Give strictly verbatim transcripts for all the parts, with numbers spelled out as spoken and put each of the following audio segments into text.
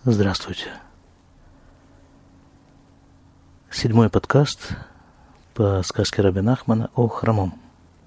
Здравствуйте. Седьмой подкаст по сказке Раби Нахмана о хромом.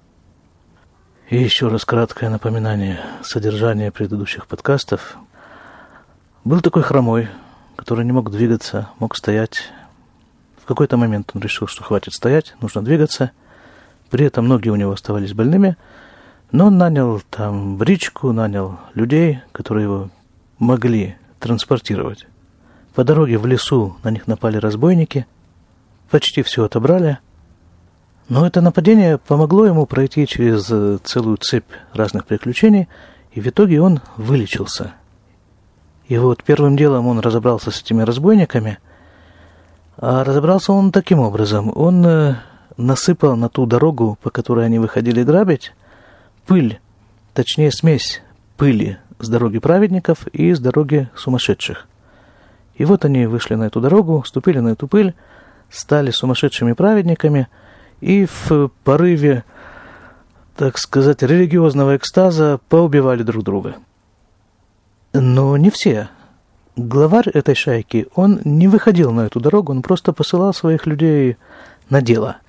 И еще раз краткое напоминание содержания предыдущих подкастов. Был такой хромой, который не мог двигаться, мог стоять. В какой-то момент он решил, что хватит стоять, нужно двигаться. При этом ноги у него оставались больными, но он нанял там бричку, нанял людей, которые его могли транспортировать. По дороге в лесу на них напали разбойники, почти все отобрали, но это нападение помогло ему пройти через целую цепь разных приключений, и в итоге он вылечился. И вот первым делом он разобрался с этими разбойниками, а разобрался он таким образом. Он насыпал на ту дорогу, по которой они выходили грабить, пыль, точнее смесь пыли с дороги праведников и с дороги сумасшедших. И вот они вышли на эту дорогу, ступили на эту пыль, стали сумасшедшими праведниками и в порыве, так сказать, религиозного экстаза поубивали друг друга. Но не все. Главарь этой шайки, он не выходил на эту дорогу, он просто посылал своих людей на дело.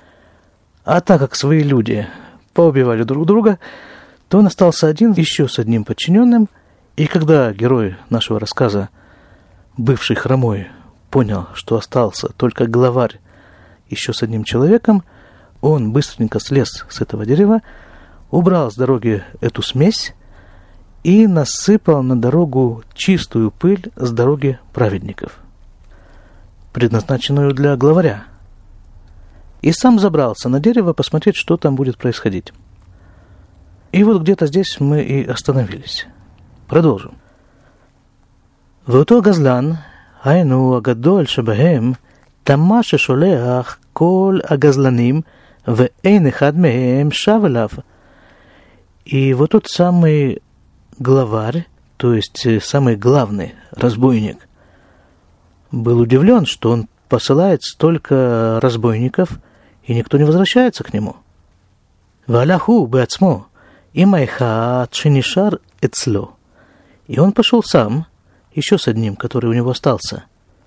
А так как свои люди поубивали друг друга, то он остался один еще с одним подчиненным, и когда герой нашего рассказа, бывший хромой, понял, что остался только главарь еще с одним человеком, он быстренько слез с этого дерева, убрал с дороги эту смесь и насыпал на дорогу чистую пыль с дороги праведников, предназначенную для главаря, и сам забрался на дерево посмотреть, что там будет происходить. И вот где-то здесь мы и остановились. Продолжим. ואותו גזלן, היינו הגדול שבהם, תמה ששולח כל הגזלנים, ואין אחד מהם שב אליו. И вот тот самый главарь, то есть самый главный разбойник, был удивлен, что он посылает столько разбойников, и никто не возвращается к нему. «Валяху беацмо, имайха чинишар эцло». И он пошел сам, еще с одним, который у него остался.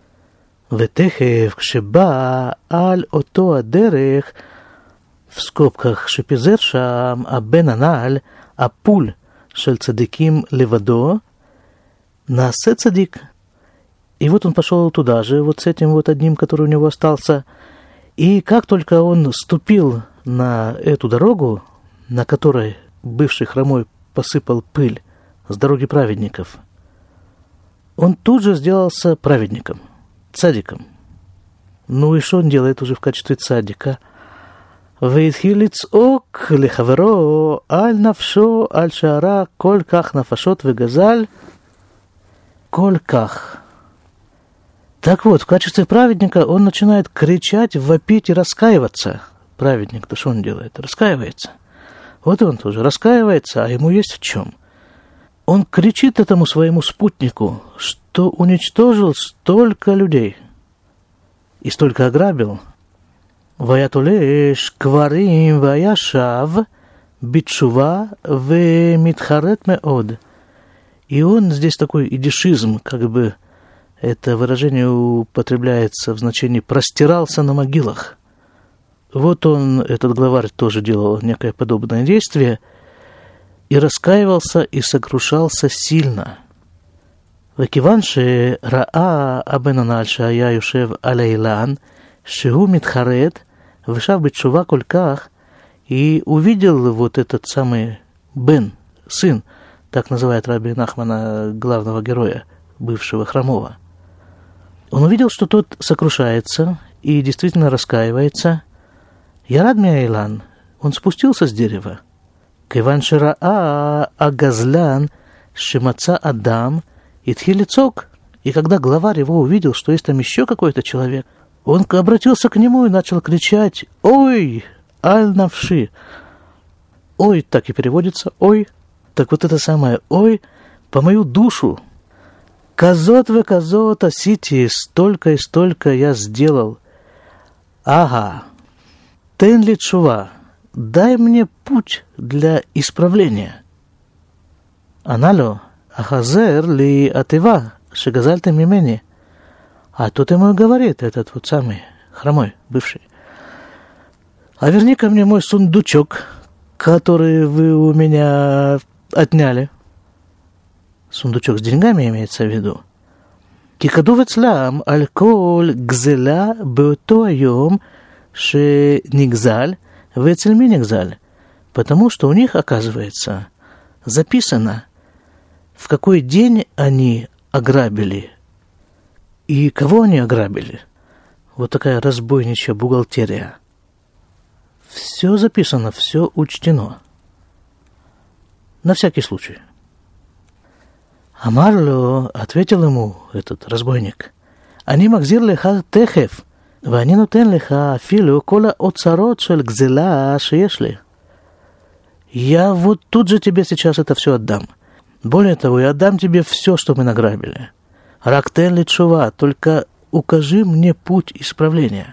«Ветехев кшеба аль ото адерех», в скобках «шепизер шам абен аналь апуль шель цадиким левадо», «насе цадик». И вот он пошел туда же, вот с этим вот одним, который у него остался. И как только он ступил на эту дорогу, на которой бывший хромой посыпал пыль с дороги праведников, он тут же сделался праведником, цадиком. Ну и что он делает уже в качестве цадика? «Вейтхил лицок лехаверо аль навшо аль шаара коль ках нафашот вегазаль коль ках». Так вот, в качестве праведника он начинает кричать, вопить и раскаиваться. Праведник-то что он делает? Раскаивается. Вот он тоже раскаивается, а ему есть в чем. Он кричит этому своему спутнику, что уничтожил столько людей и столько ограбил. «Ваятулеш кварим ваяшав битшува вемитхарет меод». И он, здесь такой идишизм, как бы это выражение употребляется в значении «простирался на могилах». Вот он, этот главарь, тоже делал некое подобное действие и раскаивался и сокрушался сильно. «Векиван ше раа абен аналь шая юшев алейлан шигу митхарет вышав битшува коль ках». И увидел вот этот самый Бен, сын, так называет Раби Нахмана, главного героя, бывшего хромого. Он увидел, что тот сокрушается и действительно раскаивается. «Ярад миайлан», он спустился с дерева. «Киван шираа агазлян шимаца адам итхи лицок». И когда главарь его увидел, что есть там еще какой-то человек, он обратился к нему и начал кричать: «Ой, аль-навши!» «Ой» так и переводится «ой». Так вот это самое «ой» по мою душу. «Казот ве казот асити», столько и столько я сделал. «Ага, тен ли тшува», дай мне путь для исправления. «Аналю ахазер ли атева шегазальта мимени. А тут ему и говорит этот вот самый хромой, бывший: а верни ко мне мой сундучок, который вы у меня отняли. Сундучок с деньгами имеется в виду. ככתוב אצלם על כל גזלה באותו היום שנגזל ואצל מי נגזל. Потому что у них, оказывается, записано, в какой день они ограбили и кого они ограбили. Вот такая разбойничья бухгалтерия. Все записано, все учтено. На всякий случай. Амарло, ответил ему этот разбойник: «Ани махзир леха техев, вани нотен леха афилу кола оцарот шель гзела шееш ли». Я вот тут же тебе сейчас это все отдам. Более того, я отдам тебе все, что мы награбили. Рактен ли чува, только укажи мне путь исправления.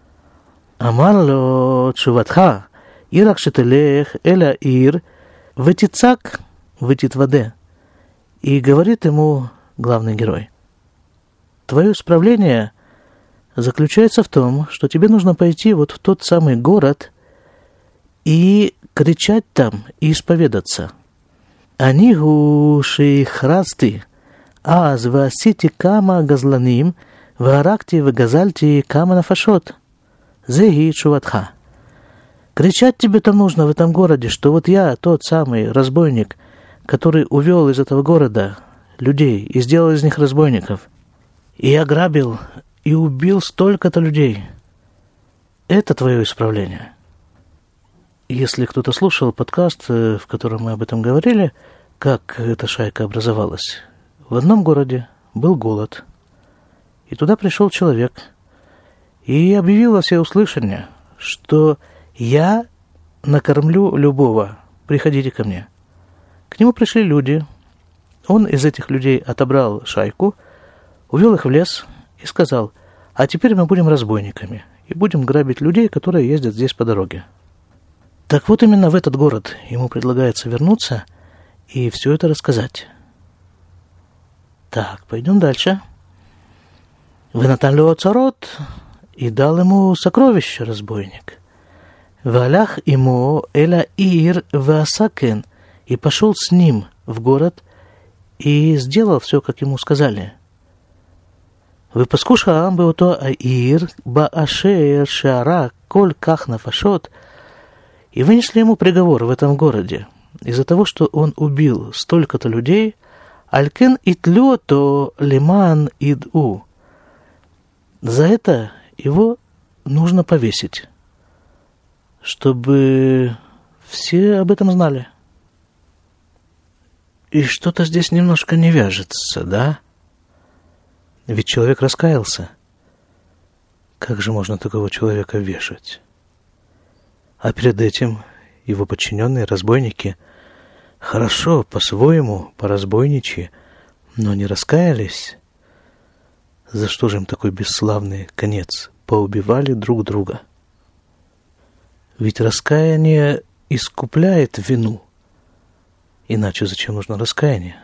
Амарло чуватха, ирак шетелех эля ир, ветицак ветит воде. И говорит ему главный герой: твое исправление заключается в том, что тебе нужно пойти вот в тот самый город и кричать там, и исповедаться. Анигу шейхрасти, аз васити кама газланим, варакти вагазальти кама нафашот. Зеги чуватха. Кричать тебе там нужно в этом городе, что вот я, тот самый разбойник, который увел из этого города людей и сделал из них разбойников, и ограбил, и убил столько-то людей. Это твое исправление. Если кто-то слушал подкаст, в котором мы об этом говорили, как эта шайка образовалась, в одном городе был голод, и туда пришел человек и объявил во всеуслышание, что я накормлю любого, приходите ко мне. К нему пришли люди, он из этих людей отобрал шайку, увел их в лес и сказал: а теперь мы будем разбойниками и будем грабить людей, которые ездят здесь по дороге. Так вот, именно в этот город ему предлагается вернуться и все это рассказать. Так, пойдем дальше. Венатан лео царот, и дал ему сокровище разбойник. Валях ему эла ир васакен, и пошел с ним в город и сделал все, как ему сказали. Выпаскушаам беуто аир баашер шара коль ках нафашот, и вынесли ему приговор в этом городе из-за того, что он убил столько-то людей. Алькен итлёто лиман иду. За это его нужно повесить, чтобы все об этом знали. И что-то здесь немножко не вяжется, да? Ведь человек раскаялся. Как же можно такого человека вешать? А перед этим его подчиненные разбойники хорошо, по-своему, по-разбойничьи, но не раскаялись. За что же им такой бесславный конец? Поубивали друг друга. Ведь раскаяние искупляет вину. Иначе зачем нужно раскаяние?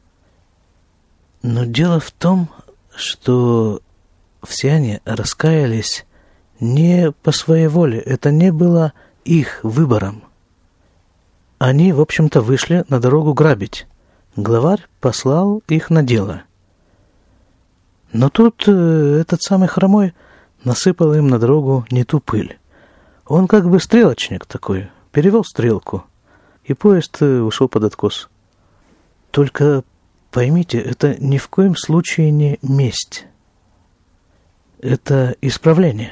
Но дело в том, что все они раскаялись не по своей воле. Это не было их выбором. Они, в общем-то, вышли на дорогу грабить. Главарь послал их на дело. Но тут этот самый хромой насыпал им на дорогу не ту пыль. Он как бы стрелочник такой, перевел стрелку, и поезд ушел под откос. Только поймите, это ни в коем случае не месть. Это исправление.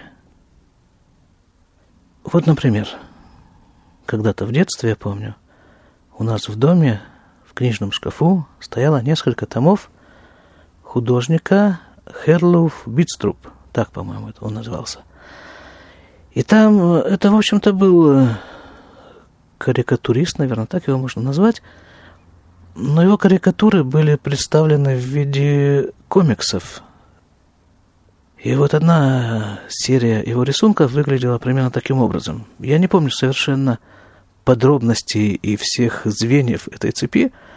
Вот, например, когда-то в детстве, я помню, у нас в доме, в книжном шкафу, стояло несколько томов художника Херлуф Битструп. Так, по-моему, это он назывался. И там, это, в общем-то, был карикатурист, наверное, так его можно назвать, но его карикатуры были представлены в виде комиксов. И вот одна серия его рисунков выглядела примерно таким образом. Я не помню совершенно подробностей и всех звеньев этой цепи,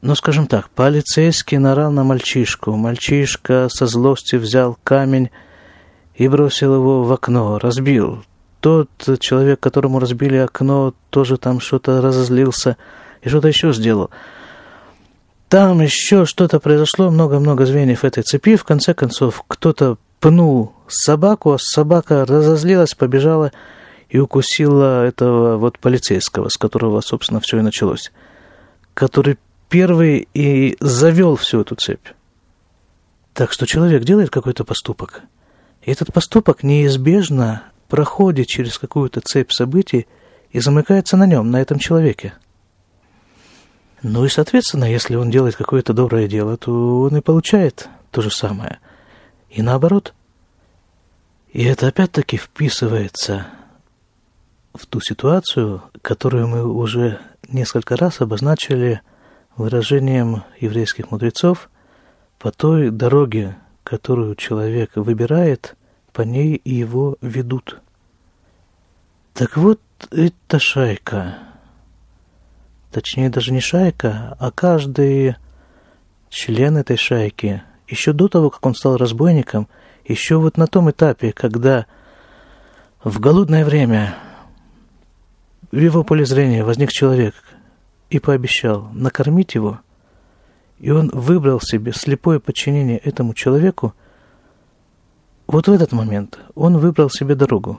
Ну, скажем так, полицейский наорал на мальчишку. Мальчишка со злости взял камень и бросил его в окно, разбил. Тот человек, которому разбили окно, тоже там что-то разозлился и что-то еще сделал. Там еще что-то произошло, много-много звеньев этой цепи. В конце концов, кто-то пнул собаку, а собака разозлилась, побежала и укусила этого вот полицейского, с которого, собственно, все и началось, который первый и завел всю эту цепь. Так что человек делает какой-то поступок, и этот поступок неизбежно проходит через какую-то цепь событий и замыкается на нем, на этом человеке. Ну и, соответственно, если он делает какое-то доброе дело, то он и получает то же самое. И наоборот. И это опять-таки вписывается в ту ситуацию, которую мы уже несколько раз обозначили выражением еврейских мудрецов: по той дороге, которую человек выбирает, по ней и его ведут. Так вот, эта шайка, точнее даже не шайка, а каждый член этой шайки, еще до того, как он стал разбойником, еще вот на том этапе, когда в голодное время в его поле зрения возник человек и пообещал накормить его, и он выбрал себе слепое подчинение этому человеку, вот в этот момент он выбрал себе дорогу.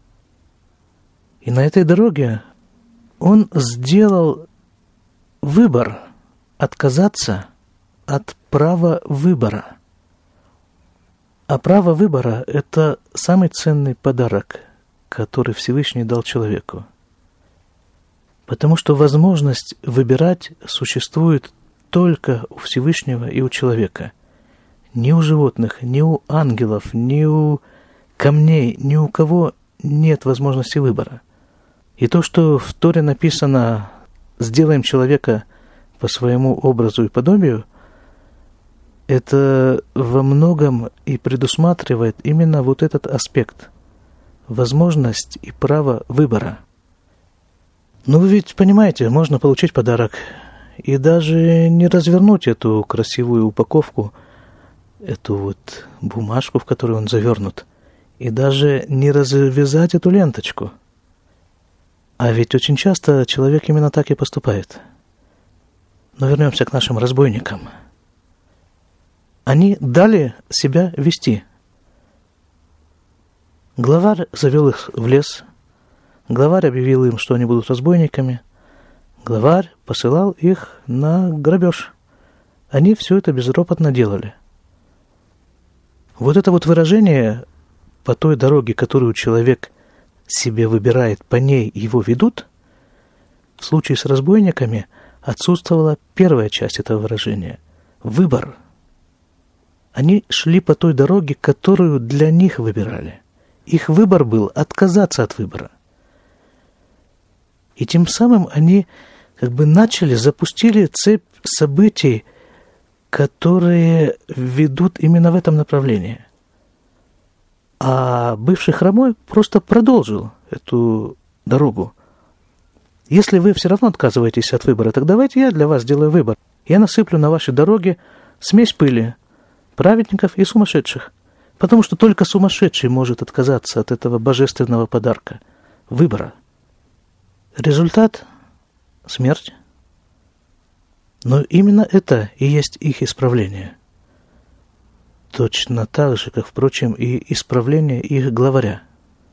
И на этой дороге он сделал выбор отказаться от права выбора. А право выбора – это самый ценный подарок, который Всевышний дал человеку. Потому что возможность выбирать существует только у Всевышнего и у человека. Ни у животных, ни у ангелов, ни у камней, ни у кого нет возможности выбора. И то, что в Торе написано «сделаем человека по своему образу и подобию», это во многом и предусматривает именно вот этот аспект – возможность и право выбора. Ну, вы ведь понимаете, можно получить подарок и даже не развернуть эту красивую упаковку, эту вот бумажку, в которую он завернут, и даже не развязать эту ленточку. А ведь очень часто человек именно так и поступает. Но вернемся к нашим разбойникам. Они дали себя вести. Главарь завел их в лес. Главарь объявил им, что они будут разбойниками. Главарь посылал их на грабеж. Они все это безропотно делали. Вот это вот выражение «по той дороге, которую человек себе выбирает, по ней его ведут», в случае с разбойниками отсутствовала первая часть этого выражения – выбор. Они шли по той дороге, которую для них выбирали. Их выбор был отказаться от выбора. И тем самым они как бы начали, запустили цепь событий, которые ведут именно в этом направлении. А бывший хромой просто продолжил эту дорогу. Если вы все равно отказываетесь от выбора, так давайте я для вас сделаю выбор. Я насыплю на вашей дороге смесь пыли, праведников и сумасшедших. Потому что только сумасшедший может отказаться от этого божественного подарка, выбора. Результат – смерть. Но именно это и есть их исправление. Точно так же, как, впрочем, и исправление их главаря.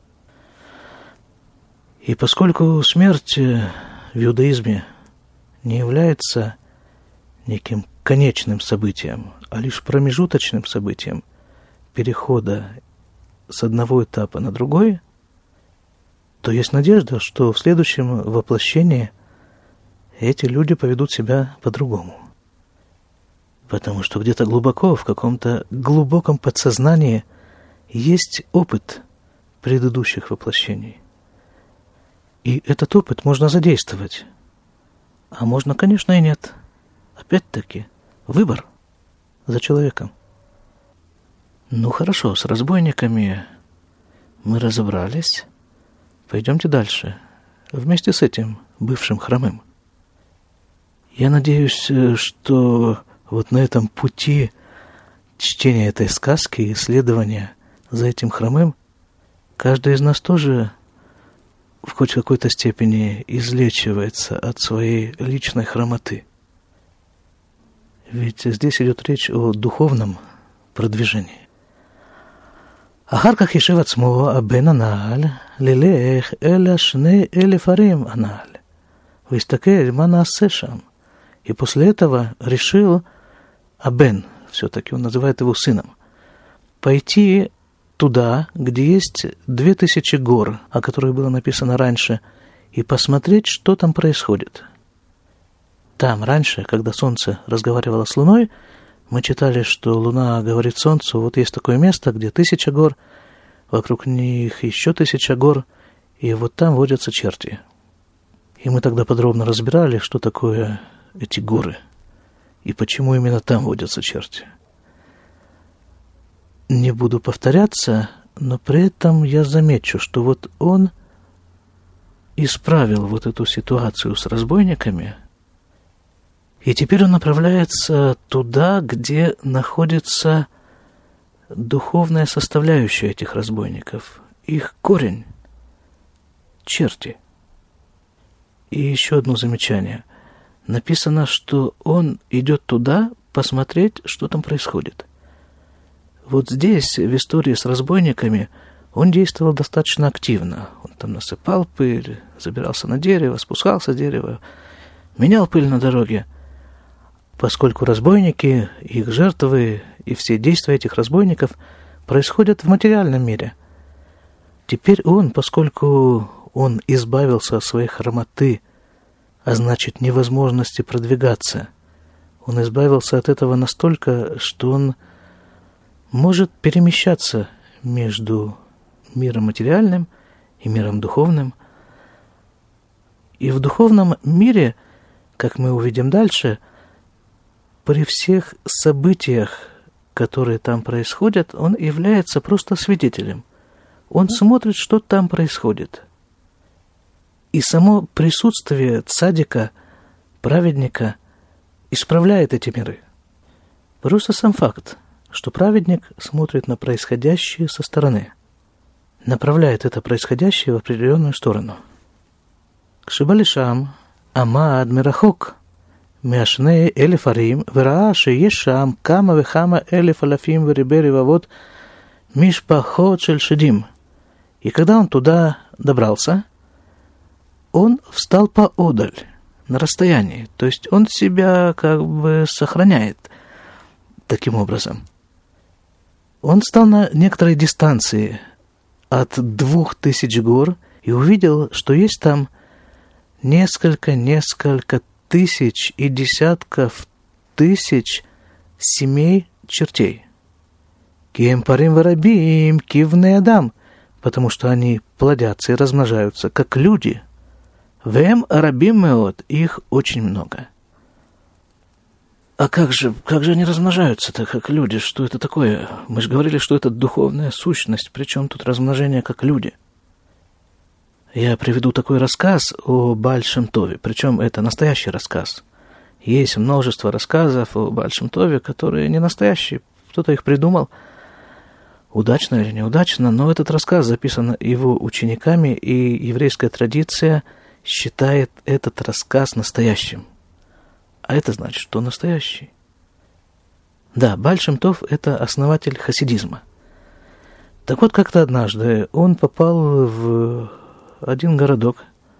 И поскольку смерть в иудаизме не является неким конечным событием, а лишь промежуточным событием перехода с одного этапа на другой, то есть надежда, что в следующем воплощении эти люди поведут себя по-другому. Потому что где-то глубоко, в каком-то глубоком подсознании есть опыт предыдущих воплощений. И этот опыт можно задействовать. А можно, конечно, и нет. Опять-таки, выбор за человеком. Ну хорошо, с разбойниками мы разобрались. Пойдемте дальше. Вместе с этим бывшим хромым. Я надеюсь, что вот на этом пути чтения этой сказки и исследования за этим хромым каждый из нас тоже в хоть какой-то степени излечивается от своей личной хромоты. Ведь здесь идет речь о духовном продвижении. אחר כך יישב עצמו הבן הנעל ללך אל השני אלף ערים הנעל ויסתכל מה נעשה שם. И после этого решил Абен, все-таки он называет его сыном, пойти туда, где есть две тысячи гор, о которых было написано раньше, и посмотреть, что там происходит. Там раньше, когда солнце разговаривало с луной, мы читали, что луна говорит солнцу, вот есть такое место, где тысяча гор, вокруг них еще тысяча гор, и вот там водятся черти. И мы тогда подробно разбирали, что такое эти горы, и почему именно там водятся черти. Не буду повторяться, но при этом я замечу, что вот он исправил вот эту ситуацию с разбойниками, и теперь он направляется туда, где находится духовная составляющая этих разбойников, их корень, черти. И еще одно замечание. Написано, что он идет туда посмотреть, что там происходит. Вот здесь, в истории с разбойниками, он действовал достаточно активно. Он там насыпал пыль, забирался на дерево, спускался с дерева, менял пыль на дороге. Поскольку разбойники, их жертвы и все действия этих разбойников происходят в материальном мире. Теперь он, поскольку он избавился от своей хромоты, а значит невозможности продвигаться, он избавился от этого настолько, что он может перемещаться между миром материальным и миром духовным. И в духовном мире, как мы увидим дальше, при всех событиях, которые там происходят, он является просто свидетелем. Он смотрит, что там происходит. И само присутствие цадика, праведника, исправляет эти миры. Просто сам факт, что праведник смотрит на происходящее со стороны, направляет это происходящее в определенную сторону. Кшибалишам амад мирахок מהשני אלף ערים, וראה שיש שם כמה וכמה אלף אלפים וריבי רבבות משפחות של шедим. И когда он туда добрался, он встал поодаль, на расстоянии. То есть он себя как бы сохраняет таким образом. Он стал на некоторой дистанции от двух тысяч гор и увидел, что есть там несколько-несколько тысяч и десятков тысяч семей чертей. Кем парим варабим, кивный адам, потому что они плодятся и размножаются, как люди. Вем арабим меот, их очень много. А как же, как же они размножаются-то, как люди? Что это такое? Мы же говорили, что это духовная сущность, причем тут размножение как люди. Я приведу такой рассказ о Бааль Шем Тове, причем это настоящий рассказ. Есть множество рассказов о Бааль Шем Тове, которые не настоящие, кто-то их придумал, удачно или неудачно, но этот рассказ записан его учениками, и еврейская традиция считает этот рассказ настоящим. А это значит, что настоящий. Да, Бааль Шем Тов – это основатель хасидизма. Так вот, как-то однажды он попал в один городок,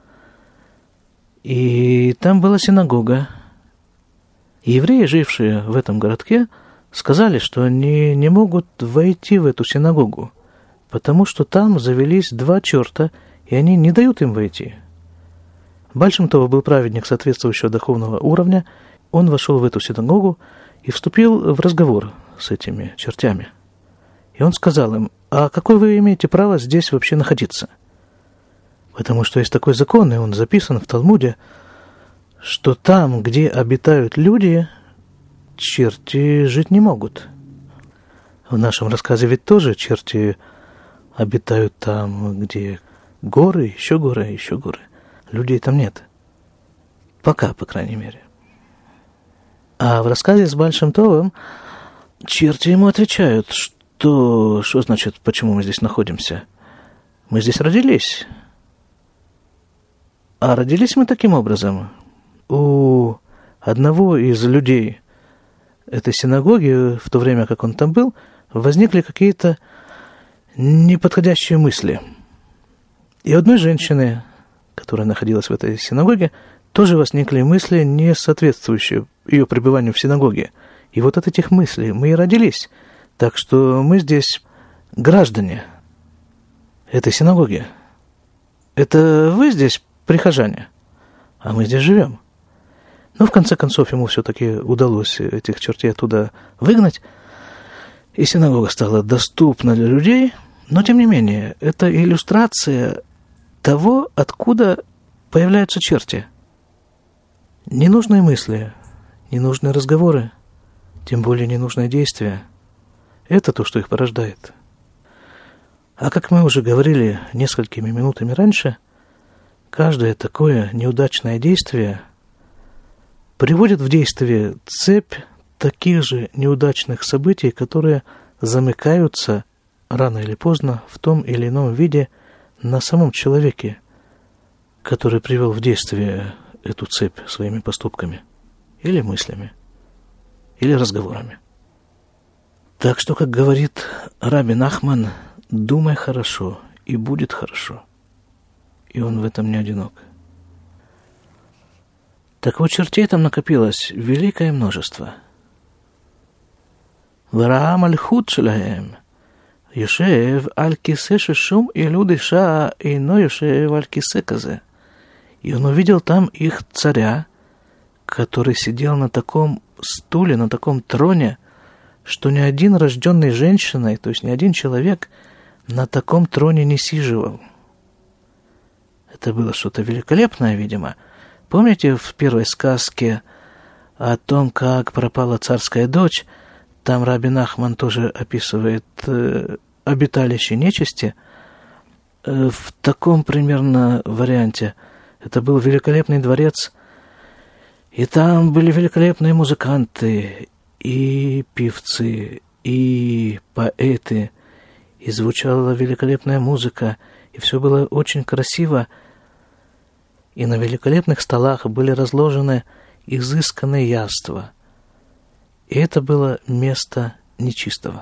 и там была синагога. И евреи, жившие в этом городке, сказали, что они не могут войти в эту синагогу, потому что там завелись два черта, и они не дают им войти. Бааль Шем Тов был праведник соответствующего духовного уровня, он вошел в эту синагогу и вступил в разговор с этими чертями. И он сказал им: а какое вы имеете право здесь вообще находиться? Потому что есть такой закон, и он записан в Талмуде, что там, где обитают люди, черти жить не могут. В нашем рассказе ведь тоже черти обитают там, где горы, еще горы, еще горы. Людей там нет. Пока, по крайней мере. А в рассказе с Бааль Шем Товом черти ему отвечают, что, что значит, почему мы здесь находимся? Мы здесь родились. А родились мы таким образом. У одного из людей этой синагоги, в то время, как он там был, возникли какие-то неподходящие мысли. И у одной женщины, которая находилась в этой синагоге, тоже возникли мысли, не соответствующие ее пребыванию в синагоге. И вот от этих мыслей мы и родились. Так что мы здесь граждане этой синагоги. Это вы здесь прихожане, а мы здесь живем. Но в конце концов ему все-таки удалось этих чертей оттуда выгнать, и синагога стала доступна для людей. Но тем не менее, это иллюстрация того, откуда появляются черти. Ненужные мысли, ненужные разговоры, тем более ненужные действия. Это то, что их порождает. А как мы уже говорили несколькими минутами раньше, каждое такое неудачное действие приводит в действие цепь таких же неудачных событий, которые замыкаются рано или поздно в том или ином виде на самом человеке, который привел в действие эту цепь своими поступками или мыслями, или разговорами. Так что, как говорит Раби Нахман, думай хорошо, и будет хорошо. И он в этом не одинок. Так вот, чертей там накопилось великое множество. «Вараа мальхут шелаэм, йошев аль кисе шешум илюд иша эйно йошев аль кисе казе». И он увидел там их царя, который сидел на таком стуле, на таком троне, что ни один рожденный женщиной, то есть ни один человек, на таком троне не сиживал. Это было что-то великолепное, видимо. Помните в первой сказке о том, как пропала царская дочь? Там Раби Нахман тоже описывает э, обиталище нечисти. Э, в таком примерно варианте. Это был великолепный дворец, и там были великолепные музыканты, и певцы, и поэты, и звучала великолепная музыка, и все было очень красиво, и на великолепных столах были разложены изысканные яства, и это было место нечистого.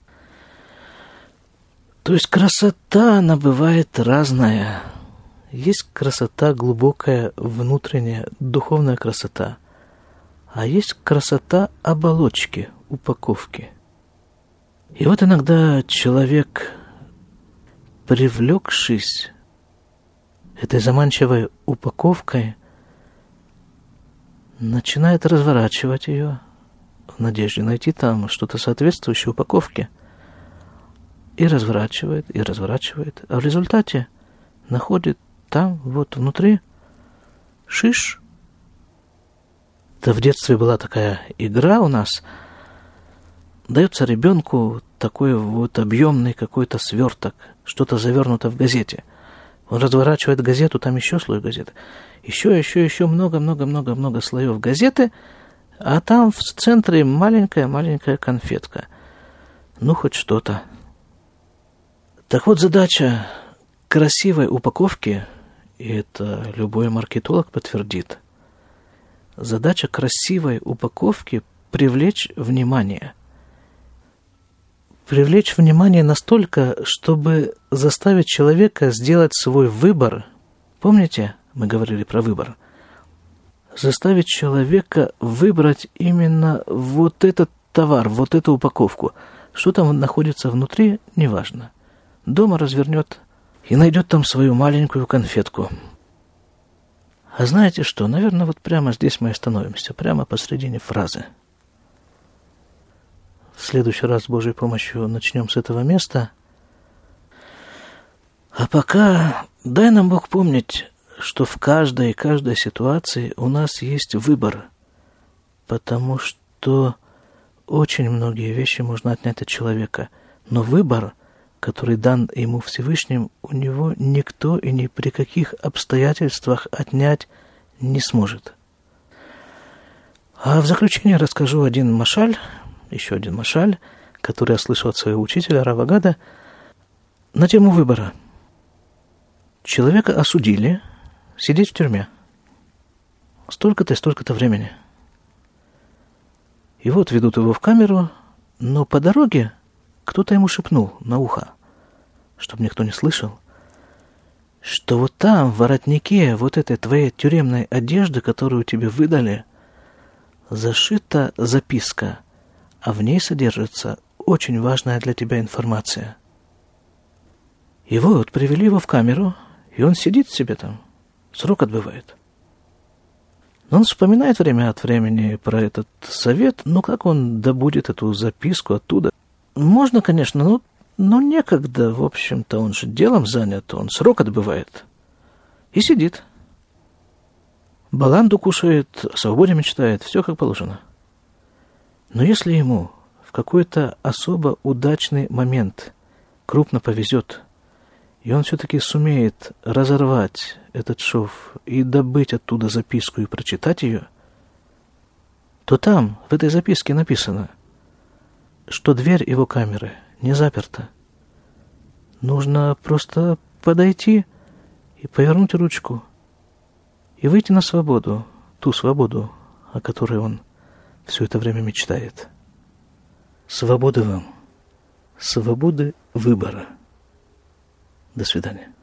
То есть красота, она бывает разная. Есть красота глубокая, внутренняя, духовная красота. А есть красота оболочки, упаковки. И вот иногда человек, привлекшись этой заманчивой упаковкой, начинает разворачивать ее в надежде найти там что-то соответствующее упаковке. И разворачивает, и разворачивает. А в результате находит там, вот внутри, шиш. Это в детстве была такая игра у нас. Дается ребенку такой вот объемный какой-то сверток, что-то завернуто в газете. Он разворачивает газету, там еще слой газеты. Еще, еще, еще много-много-много-много слоев газеты, а там в центре маленькая-маленькая конфетка. Ну, хоть что-то. Так вот, задача красивой упаковки, и это любой маркетолог подтвердит, задача красивой упаковки – привлечь внимание. Привлечь внимание настолько, чтобы заставить человека сделать свой выбор. Помните, мы говорили про выбор? Заставить человека выбрать именно вот этот товар, вот эту упаковку. Что там находится внутри, неважно. Дома развернет и найдет там свою маленькую конфетку. А знаете что? Наверное, вот прямо здесь мы остановимся, прямо посредине фразы. В следующий раз с Божьей помощью начнем с этого места. А пока дай нам Бог помнить, что в каждой и каждой ситуации у нас есть выбор, потому что очень многие вещи можно отнять от человека, но выбор, который дан ему Всевышним, у него никто и ни при каких обстоятельствах отнять не сможет. А в заключение расскажу один машаль, еще один машаль, который я слышал от своего учителя Рава Гада на тему выбора. Человека осудили сидеть в тюрьме столько-то и столько-то времени. И вот ведут его в камеру, но по дороге кто-то ему шепнул на ухо, чтобы никто не слышал, что вот там, в воротнике вот этой твоей тюремной одежды, которую тебе выдали, зашита записка, а в ней содержится очень важная для тебя информация. И вот привели его в камеру, и он сидит себе там, срок отбывает. Но он вспоминает время от времени про этот совет, но как он добудет эту записку оттуда? Можно, конечно, но, но некогда, в общем-то, он же делом занят, он срок отбывает. И сидит. Баланду кушает, о свободе мечтает, все как положено. Но если ему в какой-то особо удачный момент крупно повезет, и он все-таки сумеет разорвать этот шов и добыть оттуда записку и прочитать ее, то там, в этой записке написано, что дверь его камеры не заперта. Нужно просто подойти и повернуть ручку, и выйти на свободу, ту свободу, о которой он все это время мечтает. Свободы вам, свободы выбора. До свидания.